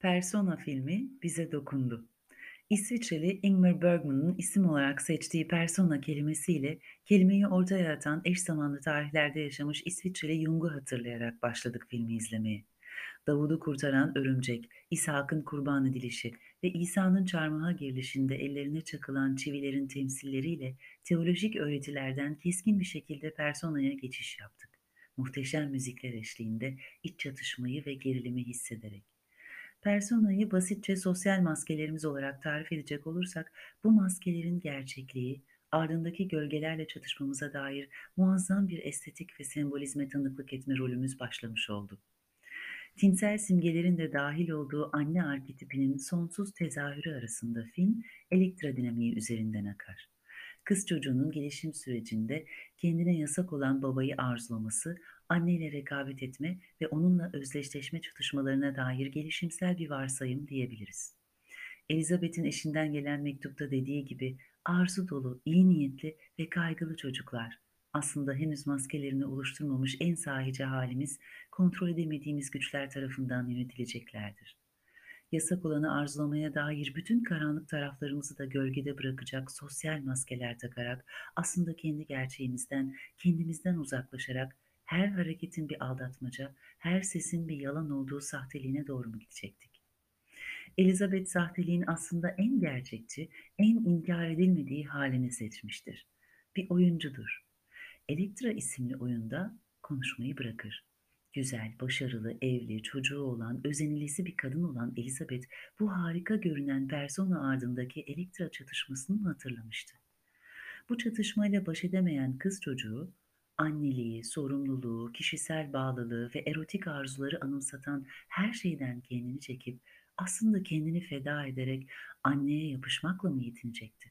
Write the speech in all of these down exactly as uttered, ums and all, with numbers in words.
Persona filmi bize dokundu. İsviçreli Ingmar Bergman'ın isim olarak seçtiği persona kelimesiyle kelimeyi ortaya atan eş zamanlı tarihlerde yaşamış İsviçreli Jung'u hatırlayarak başladık filmi izlemeye. Davud'u kurtaran örümcek, İshak'ın kurban edilişi ve İsa'nın çarmıha gerilişinde ellerine çakılan çivilerin temsilleriyle teolojik öğretilerden keskin bir şekilde personaya geçiş yaptık. Muhteşem müzikler eşliğinde iç çatışmayı ve gerilimi hissederek. Personayı basitçe sosyal maskelerimiz olarak tarif edecek olursak, bu maskelerin gerçekliği, ardındaki gölgelerle çatışmamıza dair muazzam bir estetik ve sembolizme tanıklık etme rolümüz başlamış oldu. Tinsel simgelerin de dahil olduğu anne arketipinin sonsuz tezahürü arasında film, elektrodinamiği üzerinden akar. Kız çocuğunun gelişim sürecinde kendine yasak olan babayı arzulaması, anneyle rekabet etme ve onunla özdeşleşme çatışmalarına dair gelişimsel bir varsayım diyebiliriz. Elizabeth'in eşinden gelen mektupta dediği gibi arzu dolu, iyi niyetli ve kaygılı çocuklar. Aslında henüz maskelerini oluşturmamış en sahici halimiz, kontrol edemediğimiz güçler tarafından yönetileceklerdir. Yasak olanı arzulamaya dair bütün karanlık taraflarımızı da gölgede bırakacak sosyal maskeler takarak, aslında kendi gerçeğimizden, kendimizden uzaklaşarak her hareketin bir aldatmaca, her sesin bir yalan olduğu sahteliğine doğru mu gidecektik? Elizabeth sahteliğin aslında en gerçekçi, en inkar edilmediği halini seçmiştir. Bir oyuncudur. Elektra isimli oyunda konuşmayı bırakır. Güzel, başarılı, evli, çocuğu olan, özenilisi bir kadın olan Elizabeth, bu harika görünen persona ardındaki Elektra çatışmasını mı hatırlamıştı? Bu çatışmayla baş edemeyen kız çocuğu, anneliği, sorumluluğu, kişisel bağlılığı ve erotik arzuları anımsatan her şeyden kendini çekip, aslında kendini feda ederek anneye yapışmakla mı yetinecekti?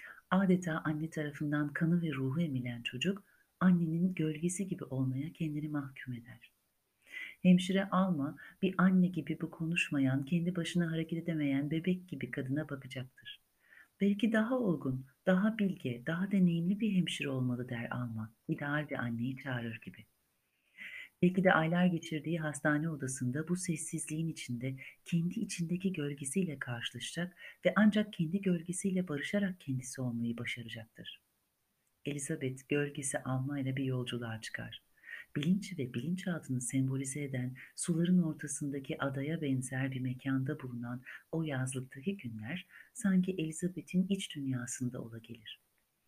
Adeta anne tarafından kanı ve ruhu emilen çocuk, annenin gölgesi gibi olmaya kendini mahkum eder. Hemşire Alma, bir anne gibi bu konuşmayan, kendi başına hareket edemeyen bebek gibi kadına bakacaktır. Belki daha olgun, daha bilge, daha deneyimli bir hemşire olmalı der Alma, ideal bir anneyi çağırır gibi. Belki de aylar geçirdiği hastane odasında bu sessizliğin içinde kendi içindeki gölgesiyle karşılaşacak ve ancak kendi gölgesiyle barışarak kendisi olmayı başaracaktır. Elizabeth gölgesi Alma ile bir yolculuğa çıkar. Bilinç ve bilinçaltını sembolize eden suların ortasındaki adaya benzer bir mekanda bulunan o yazlıktaki günler sanki Elizabeth'in iç dünyasında ola gelir.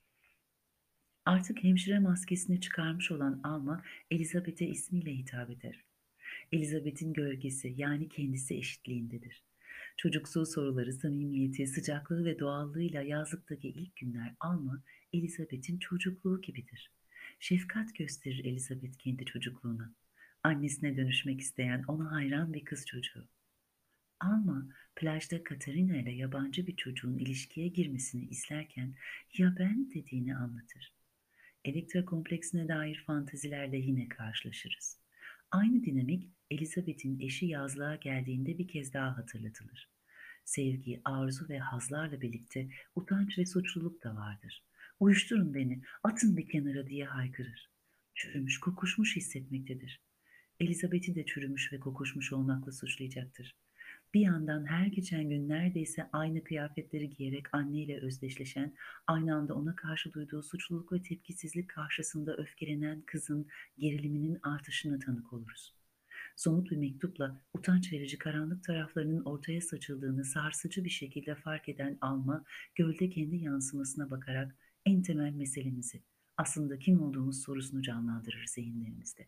Artık hemşire maskesini çıkarmış olan Alma, Elizabeth'e ismiyle hitap eder. Elizabeth'in gölgesi yani kendisi eşitliğindedir. Çocuksu soruları, samimiyeti, sıcaklığı ve doğallığıyla yazlıktaki ilk günler Alma, Elizabeth'in çocukluğu gibidir. Şefkat gösterir Elizabeth kendi çocukluğuna. Annesine dönüşmek isteyen, ona hayran bir kız çocuğu. Alma, plajda Katarina ile yabancı bir çocuğun ilişkiye girmesini izlerken ya ben dediğini anlatır. Elektra kompleksine dair fantezilerle yine karşılaşırız. Aynı dinamik Elizabeth'in eşi yazlığa geldiğinde bir kez daha hatırlatılır. Sevgi, arzu ve hazlarla birlikte utanç ve suçluluk da vardır. Uyuşturun beni, atın bir kenara diye haykırır. Çürümüş, kokuşmuş hissetmektedir. Elizabeth'i de çürümüş ve kokuşmuş olmakla suçlayacaktır. Bir yandan her geçen gün neredeyse aynı kıyafetleri giyerek anneyle özdeşleşen, aynı anda ona karşı duyduğu suçluluk ve tepkisizlik karşısında öfkelenen kızın geriliminin artışına tanık oluruz. Somut bir mektupla utanç verici karanlık taraflarının ortaya saçıldığını sarsıcı bir şekilde fark eden Alma, gölde kendi yansımasına bakarak en temel meselemizi, aslında kim olduğumuz sorusunu canlandırır zihinlerimizde.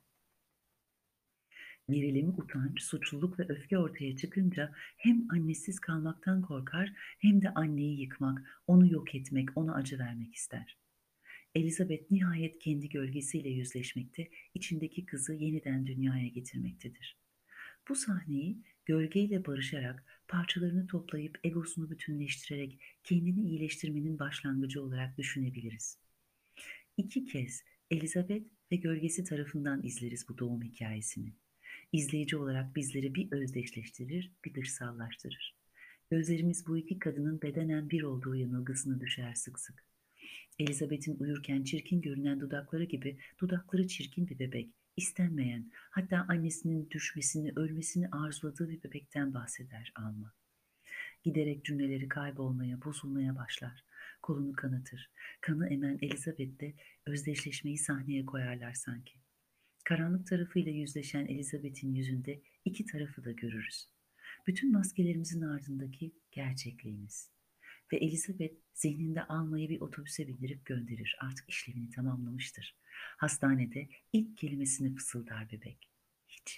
Gerilim, utanç, suçluluk ve öfke ortaya çıkınca hem annesiz kalmaktan korkar hem de anneyi yıkmak, onu yok etmek, ona acı vermek ister. Elizabeth nihayet kendi gölgesiyle yüzleşmekte, içindeki kızı yeniden dünyaya getirmektedir. Bu sahneyi gölgeyle barışarak, parçalarını toplayıp egosunu bütünleştirerek kendini iyileştirmenin başlangıcı olarak düşünebiliriz. İki kez Elizabeth ve gölgesi tarafından izleriz bu doğum hikayesini. İzleyici olarak bizleri bir özdeşleştirir, bir dışsallaştırır. Gözlerimiz bu iki kadının bedenen bir olduğu yanılgısına düşer sık sık. Elizabeth'in uyurken çirkin görünen dudakları gibi dudakları çirkin bir bebek, İstenmeyen, hatta annesinin düşmesini, ölmesini arzuladığı bir bebekten bahseder Alma. Giderek cümleleri kaybolmaya, bozulmaya başlar. Kolunu kanatır. Kanı emen Elizabeth'le özdeşleşmeyi sahneye koyarlar sanki. Karanlık tarafıyla yüzleşen Elizabeth'in yüzünde iki tarafı da görürüz. Bütün maskelerimizin ardındaki gerçekliğimiz. Ve Elizabeth zihninde Alma'yı bir otobüse bindirip gönderir. Artık işlevini tamamlamıştır. Hastanede ilk kelimesini fısıldar bebek. Hiç.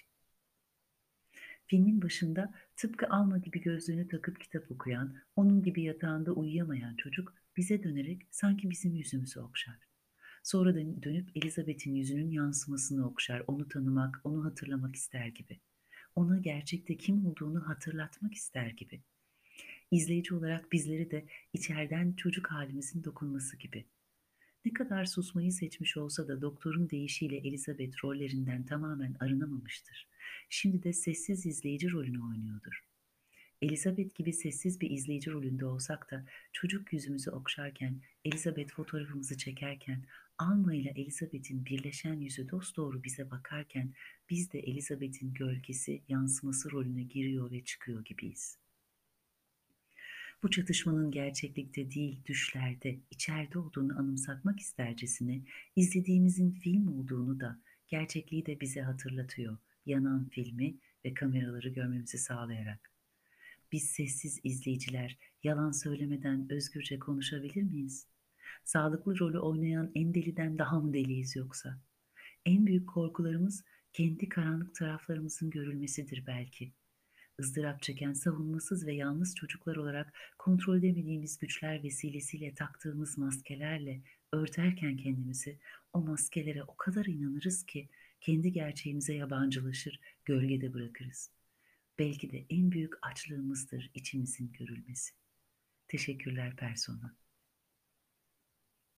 Filmin başında tıpkı Alma gibi gözlüğünü takıp kitap okuyan, onun gibi yatağında uyuyamayan çocuk bize dönerek sanki bizim yüzümüzü okşar. Sonra dönüp Elizabeth'in yüzünün yansımasını okşar, onu tanımak, onu hatırlamak ister gibi. Ona gerçekte kim olduğunu hatırlatmak ister gibi. İzleyici olarak bizleri de içeriden çocuk halimizin dokunması gibi. Ne kadar susmayı seçmiş olsa da doktorun deyişiyle Elizabeth rollerinden tamamen arınamamıştır. Şimdi de sessiz izleyici rolünü oynuyordur. Elizabeth gibi sessiz bir izleyici rolünde olsak da çocuk yüzümüzü okşarken, Elizabeth fotoğrafımızı çekerken, Alma ile Elizabeth'in birleşen yüzü dosdoğru bize bakarken biz de Elizabeth'in gölgesi, yansıması rolüne giriyor ve çıkıyor gibiyiz. Bu çatışmanın gerçeklikte değil, düşlerde, içeride olduğunu anımsatmak istercesine izlediğimizin film olduğunu da, gerçekliği de bize hatırlatıyor. Yanan filmi ve kameraları görmemizi sağlayarak. Biz sessiz izleyiciler yalan söylemeden özgürce konuşabilir miyiz? Sağlıklı rolü oynayan en deliden daha mı deliyiz yoksa? En büyük korkularımız kendi karanlık taraflarımızın görülmesidir belki. ızdırap çeken savunmasız ve yalnız çocuklar olarak kontrol edemediğimiz güçler vesilesiyle taktığımız maskelerle örterken kendimizi o maskelere o kadar inanırız ki kendi gerçeğimize yabancılaşır, gölgede bırakırız. Belki de en büyük açlığımızdır içimizin görülmesi. Teşekkürler Persona.